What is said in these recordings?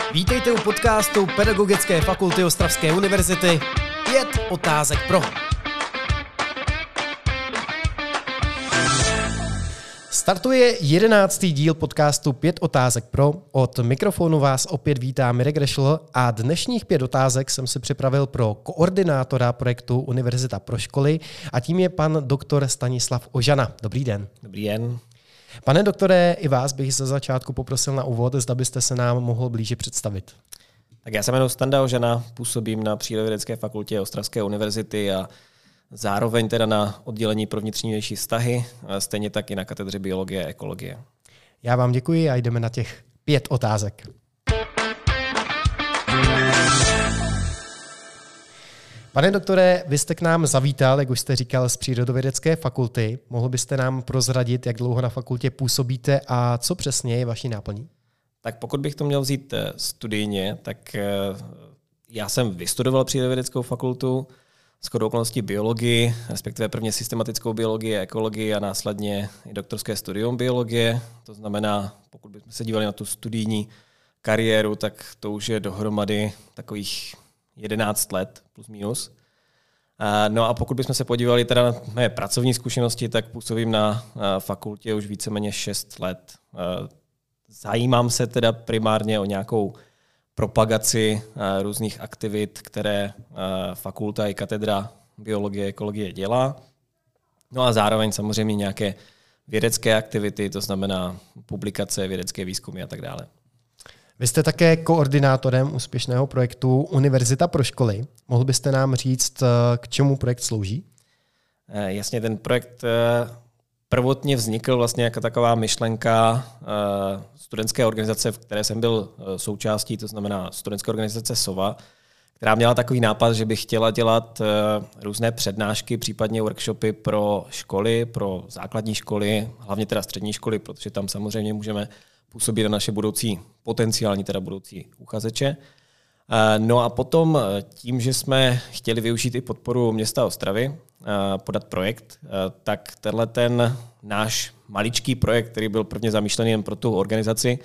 Vítejte u podcastu Pedagogické fakulty Ostravské univerzity 5 otázek pro. Startuje 11. díl podcastu 5 otázek pro. Od mikrofonu vás opět vítá Mirek Rešl a dnešních 5 otázek jsem si připravil pro koordinátora projektu Univerzita pro školy a tím je pan doktor Stanislav Ožana. Dobrý den. Dobrý den. Pane doktore, i vás bych ze začátku poprosil na úvod, zda byste se nám mohl blíže představit. Tak já se jmenuji Standa Ožana, působím na Přírodovědecké fakultě Ostravské univerzity a zároveň teda na oddělení pro vnitřní vnější vztahy, stejně tak i na katedře biologie a ekologie. Já vám děkuji a jdeme na těch 5 otázek. Pane doktore, vy jste k nám zavítal, jak už jste říkal, z Přírodovědecké fakulty. Mohl byste nám prozradit, jak dlouho na fakultě působíte a co přesně je vaší náplní? Tak pokud bych to měl vzít studijně, tak já jsem vystudoval Přírodovědeckou fakultu, shodou okolností biologii, respektive prvně systematickou biologii, ekologii a následně i doktorské studium biologie. To znamená, pokud bychom se dívali na tu studijní kariéru, tak to už je dohromady takových 11 let plus minus. No a pokud bychom se podívali teda na mé pracovní zkušenosti, tak působím na fakultě už víceméně 6 let. Zajímám se teda primárně o nějakou propagaci různých aktivit, které fakulta i katedra biologie a ekologie dělá. No a zároveň samozřejmě nějaké vědecké aktivity, to znamená publikace, vědecké výzkumy a tak dále. Vy jste také koordinátorem úspěšného projektu Univerzita pro školy. Mohl byste nám říct, k čemu projekt slouží? Jasně, ten projekt prvotně vznikl vlastně jako taková myšlenka studentské organizace, v které jsem byl součástí, to znamená studentské organizace SOVA, která měla takový nápad, že by chtěla dělat různé přednášky, případně workshopy pro školy, pro základní školy, hlavně teda střední školy, protože tam samozřejmě můžeme působit na naše potenciální budoucí uchazeče. No a potom tím, že jsme chtěli využít i podporu města Ostravy, podat projekt, tak tenhle ten náš maličký projekt, který byl prvně zamýšlený jen pro tu organizaci,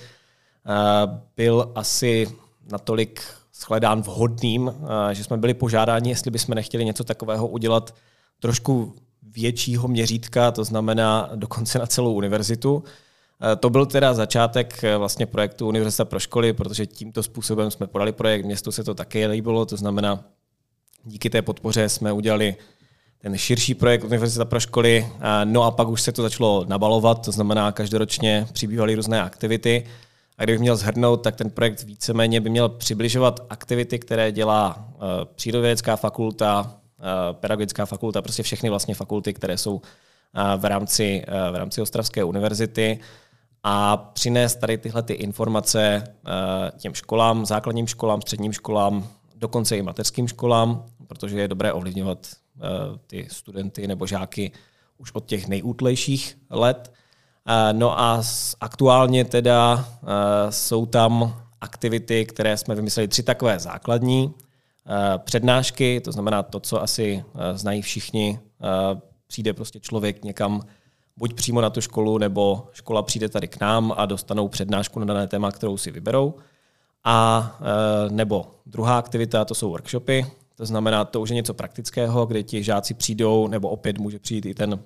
byl asi natolik shledán vhodným, že jsme byli požádáni, jestli bychom nechtěli něco takového udělat trošku většího měřítka, to znamená dokonce na celou univerzitu. To byl teda začátek vlastně projektu Univerzita pro školy, protože tímto způsobem jsme podali projekt, městu se to také líbilo, to znamená, díky té podpoře jsme udělali ten širší projekt Univerzita pro školy, no a pak už se to začalo nabalovat, to znamená, každoročně přibývaly různé aktivity. A kdybych měl shrnout, tak ten projekt víceméně by měl přibližovat aktivity, které dělá Přírodovědecká fakulta, Pedagogická fakulta, prostě všechny vlastně fakulty, které jsou v rámci Ostravské univerzity, a přinést tady tyhle ty informace těm školám, základním školám, středním školám, dokonce i mateřským školám, protože je dobré ovlivňovat ty studenty nebo žáky už od těch nejútlejších let. No a aktuálně teda jsou tam aktivity, které jsme vymysleli 3 takové základní. Přednášky, to znamená to, co asi znají všichni, přijde prostě člověk někam buď přímo na tu školu, nebo škola přijde tady k nám a dostanou přednášku na dané téma, kterou si vyberou. A nebo druhá aktivita, to jsou workshopy, to znamená, to už je něco praktického, kde ti žáci přijdou, nebo opět může přijít i ten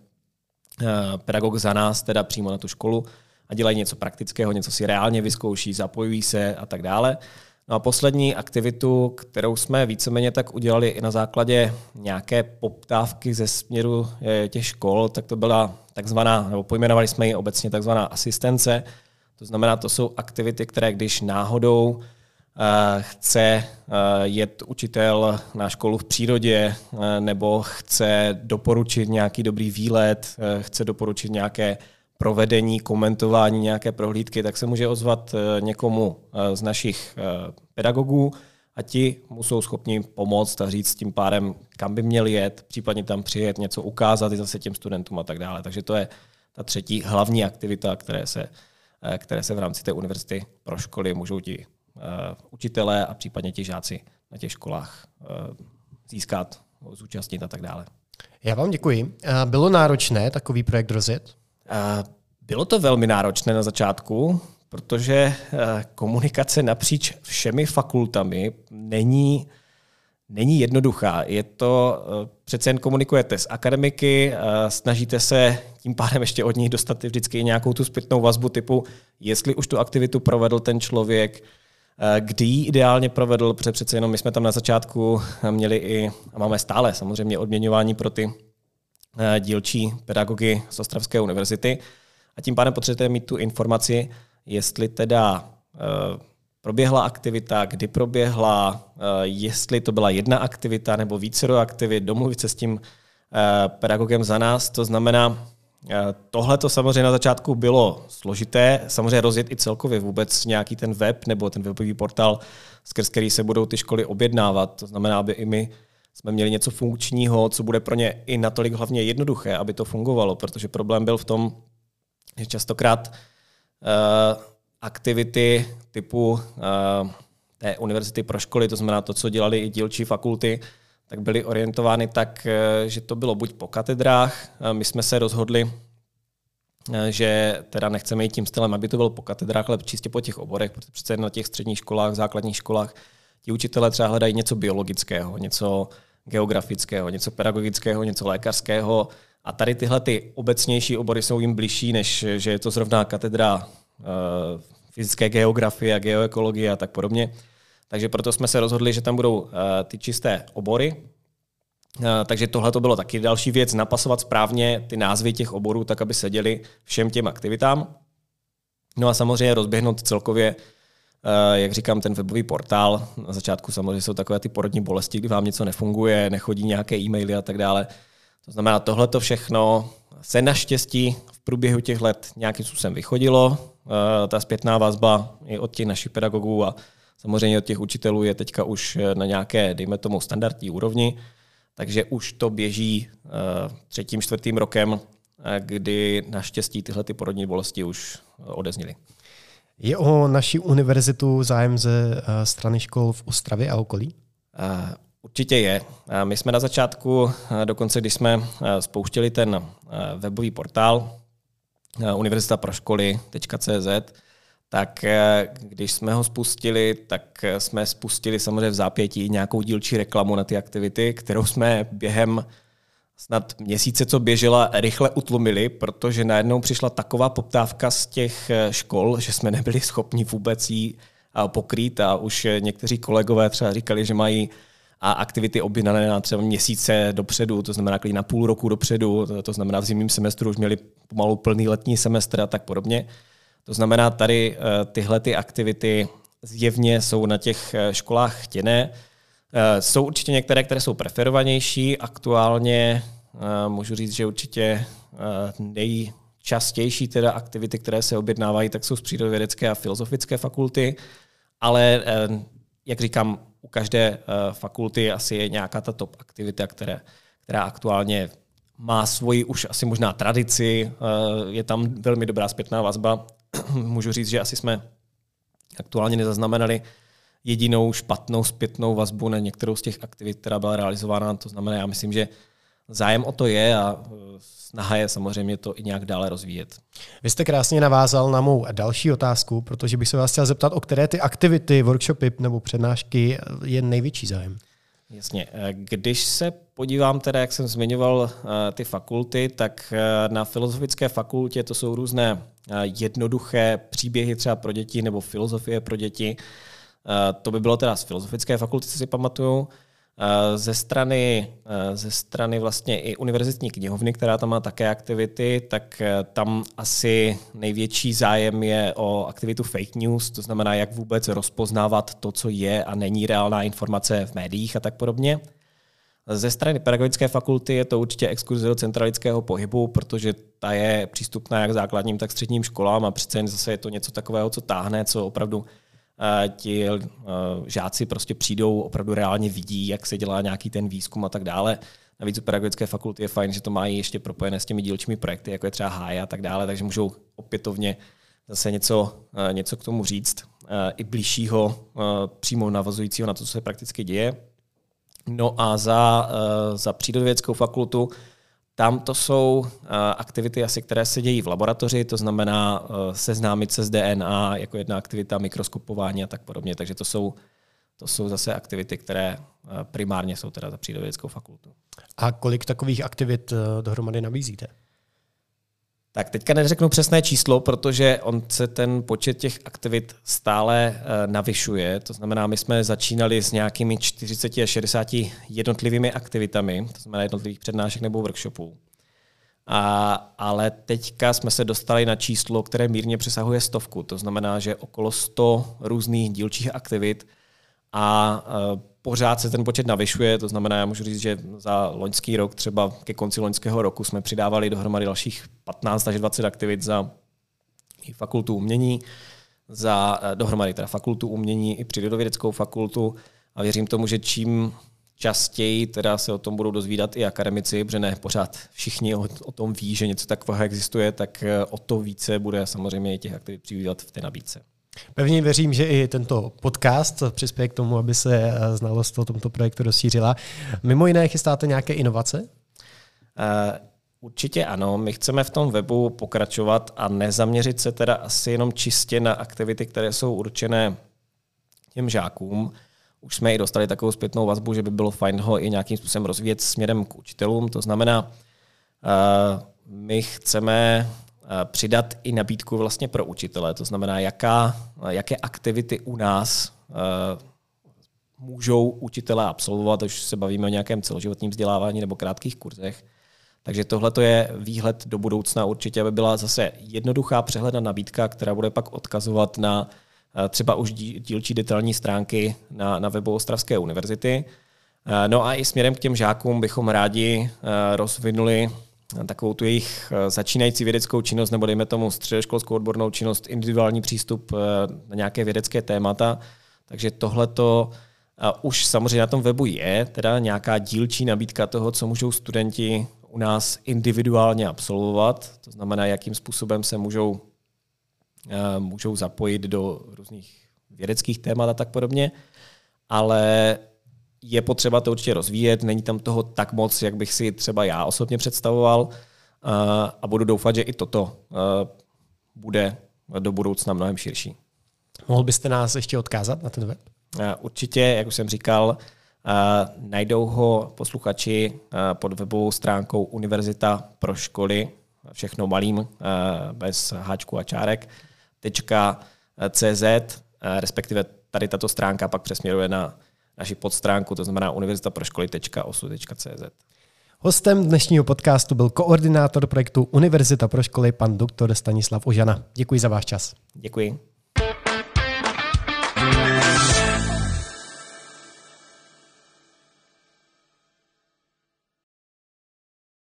pedagog za nás, teda přímo na tu školu a dělají něco praktického, něco si reálně vyzkouší, zapojují se a tak dále. No a poslední aktivitu, kterou jsme víceméně tak udělali i na základě nějaké poptávky ze směru těch škol, tak to byla takzvaná, nebo pojmenovali jsme ji obecně takzvaná asistence. To znamená, to jsou aktivity, které když náhodou chce jet učitel na školu v přírodě nebo chce doporučit nějaký dobrý výlet, chce doporučit nějaké provedení, komentování, nějaké prohlídky, tak se může ozvat někomu z našich pedagogů a ti mu jsou schopni pomoct a říct tím pádem, kam by měl jet, případně tam přijet, něco ukázat i zase těm studentům a tak dále. Takže to je ta 3. hlavní aktivita, které se v rámci té univerzity pro školy můžou ti učitelé a případně ti žáci na těch školách získat, zúčastnit a tak dále. Já vám děkuji. Bylo náročné takový projekt rozjet? Bylo to velmi náročné na začátku, protože komunikace napříč všemi fakultami není jednoduchá. Je to, přece jen komunikujete s akademiky, snažíte se tím pádem ještě od nich dostat vždycky nějakou tu zpětnou vazbu typu, jestli už tu aktivitu provedl ten člověk, kdy ji ideálně provedl, protože přece jenom my jsme tam na začátku měli i, a máme stále samozřejmě odměňování pro ty dílčí pedagogy z Ostravské univerzity a tím pádem potřebujete mít tu informaci, jestli teda proběhla aktivita, kdy proběhla, jestli to byla jedna aktivita nebo vícero aktivit, domluvit se s tím pedagogem za nás. To znamená, tohle to samozřejmě na začátku bylo složité, samozřejmě rozjet i celkově vůbec nějaký ten web nebo ten webový portál, skrz který se budou ty školy objednávat. To znamená, aby i my jsme měli něco funkčního, co bude pro ně i natolik hlavně jednoduché, aby to fungovalo, protože problém byl v tom, že častokrát aktivity typu té univerzity pro školy, to znamená to, co dělali i dílčí fakulty, tak byly orientovány tak, že to bylo buď po katedrách. My jsme se rozhodli, že teda nechceme jít tím stylem, aby to bylo po katedrách, ale čistě po těch oborech, protože přece na těch středních školách, základních školách ti učitelé třeba hledají něco biologického, něco geografického, něco pedagogického, něco lékařského. A tady tyhle ty obecnější obory jsou jim bližší, než že je to zrovna katedra fyzické geografie a geoekologie a tak podobně. Takže proto jsme se rozhodli, že tam budou ty čisté obory. Takže tohle to bylo taky další věc, napasovat správně ty názvy těch oborů, tak aby seděly všem těm aktivitám. No a samozřejmě rozběhnout celkově, jak říkám, ten webový portál. Na začátku samozřejmě jsou takové ty porodní bolesti, kdy vám něco nefunguje, nechodí nějaké e-maily a tak dále. To znamená, tohleto všechno se naštěstí v průběhu těch let nějakým způsobem vychodilo. Ta zpětná vazba i od těch našich pedagogů a samozřejmě od těch učitelů je teďka už na nějaké, dejme tomu, standardní úrovni, takže už to běží 3., 4. rokem, kdy naštěstí tyhle ty porodní bolesti už odezněly. Je o naši univerzitu zájem ze strany škol v Ostravě a okolí? Určitě je. My jsme na začátku, dokonce když jsme spouštěli ten webový portál univerzitaproškoly.cz, tak když jsme ho spustili, tak jsme spustili samozřejmě v zápětí nějakou dílčí reklamu na ty aktivity, kterou jsme během snad měsíce, co běžela, rychle utlumili, protože najednou přišla taková poptávka z těch škol, že jsme nebyli schopni vůbec ji pokrýt a už někteří kolegové třeba říkali, že mají aktivity objednané na třeba měsíce dopředu, to znamená na půl roku dopředu, to znamená v zimním semestru už měli pomalu plný letní semestr a tak podobně. To znamená, tady tyhle ty aktivity zjevně jsou na těch školách chtěné. Jsou určitě některé, které jsou preferovanější. Aktuálně můžu říct, že určitě nejčastější teda aktivity, které se objednávají, tak jsou z přírodovědecké a filozofické fakulty, ale jak říkám, u každé fakulty asi je nějaká ta top aktivita, která aktuálně má svoji už asi možná tradici, je tam velmi dobrá zpětná vazba. Můžu říct, že asi jsme aktuálně nezaznamenali jedinou špatnou zpětnou vazbu na některou z těch aktivit, která byla realizována. To znamená, já myslím, že zájem o to je a snaha je samozřejmě to i nějak dále rozvíjet. Vy jste krásně navázal na mou další otázku, protože bych se vás chtěl zeptat, o které ty aktivity, workshopy nebo přednášky je největší zájem. Jasně. Když se podívám teda, jak jsem zmiňoval ty fakulty, tak na filozofické fakultě to jsou různé jednoduché příběhy třeba pro děti nebo filozofie pro děti. To by bylo teda z filozofické fakulty, co si pamatuju. Ze strany vlastně i univerzitní knihovny, která tam má také aktivity, tak tam asi největší zájem je o aktivitu fake news, to znamená, jak vůbec rozpoznávat to, co je a není reálná informace v médiích a tak podobně. Ze strany pedagogické fakulty je to určitě exkurze do centralického pohybu, protože ta je přístupná jak základním, tak středním školám a přece jen zase je to něco takového, co táhne, co opravdu ti žáci prostě přijdou, opravdu reálně vidí, jak se dělá nějaký ten výzkum a tak dále. Navíc u pedagogické fakulty je fajn, že to mají ještě propojené s těmi dílčími projekty, jako je třeba HAE a tak dále, takže můžou opětovně zase něco k tomu říct, i blížšího, přímo navazujícího na to, co se prakticky děje. No a za přírodovědeckou fakultu Tam to jsou aktivity asi, které se dějí v laboratoři, to znamená seznámit se s DNA jako jedna aktivita, mikroskopování a tak podobně. Takže to jsou zase aktivity, které primárně jsou teda za přírodovědeckou fakultu. A kolik takových aktivit dohromady nabízíte? Tak teďka neřeknu přesné číslo, protože on se ten počet těch aktivit stále navyšuje. To znamená, my jsme začínali s nějakými 40 až 60 jednotlivými aktivitami, to znamená jednotlivých přednášek nebo workshopů. Ale teďka jsme se dostali na číslo, které mírně přesahuje 100. To znamená, že okolo 100 různých dílčích aktivit a pořád se ten počet navyšuje, to znamená, já můžu říct, že za loňský rok, třeba ke konci loňského roku, jsme přidávali dohromady dalších 15 až 20 aktivit za fakultu umění, za dohromady teda fakultu umění i přírodovědeckou fakultu a věřím tomu, že čím častěji teda se o tom budou dozvídat i akademici, protože ne pořád všichni o tom ví, že něco takového existuje, tak o to více bude samozřejmě i těch aktivit přibývat v té nabídce. Pevně věřím, že i tento podcast přispěje k tomu, aby se znalost o tomto projektu rozšířila. Mimo jiné chystáte nějaké inovace? Určitě ano. My chceme v tom webu pokračovat a nezaměřit se teda asi jenom čistě na aktivity, které jsou určené těm žákům. Už jsme i dostali takovou zpětnou vazbu, že by bylo fajn ho i nějakým způsobem rozvíjet směrem k učitelům. To znamená, my chceme přidat i nabídku vlastně pro učitele. To znamená, jaké aktivity u nás můžou učitelé absolvovat, už se bavíme o nějakém celoživotním vzdělávání nebo krátkých kurzech. Takže tohle je výhled do budoucna určitě, aby byla zase jednoduchá přehledná nabídka, která bude pak odkazovat na třeba už dílčí detailní stránky na webu Ostravské univerzity. No a i směrem k těm žákům bychom rádi rozvinuli takovou tu jejich začínající vědeckou činnost nebo dejme tomu středoškolskou odbornou činnost, individuální přístup na nějaké vědecké témata. Takže tohleto už samozřejmě na tom webu je, teda nějaká dílčí nabídka toho, co můžou studenti u nás individuálně absolvovat. To znamená, jakým způsobem se můžou zapojit do různých vědeckých témat a tak podobně. Ale je potřeba to určitě rozvíjet, není tam toho tak moc, jak bych si třeba já osobně představoval a budu doufat, že i toto bude do budoucna mnohem širší. Mohl byste nás ještě odkázat na ten web? Určitě, jak už jsem říkal, najdou ho posluchači pod webovou stránkou Univerzita pro školy, všechno malým, bez háčku a čárek, .cz, respektive tady tato stránka pak přesměruje na naši podstránku, to znamená univerzitaproškoly.osu.cz. Hostem dnešního podcastu byl koordinátor projektu Univerzita pro školy, pan doktor Stanislav Ožana. Děkuji za váš čas. Děkuji.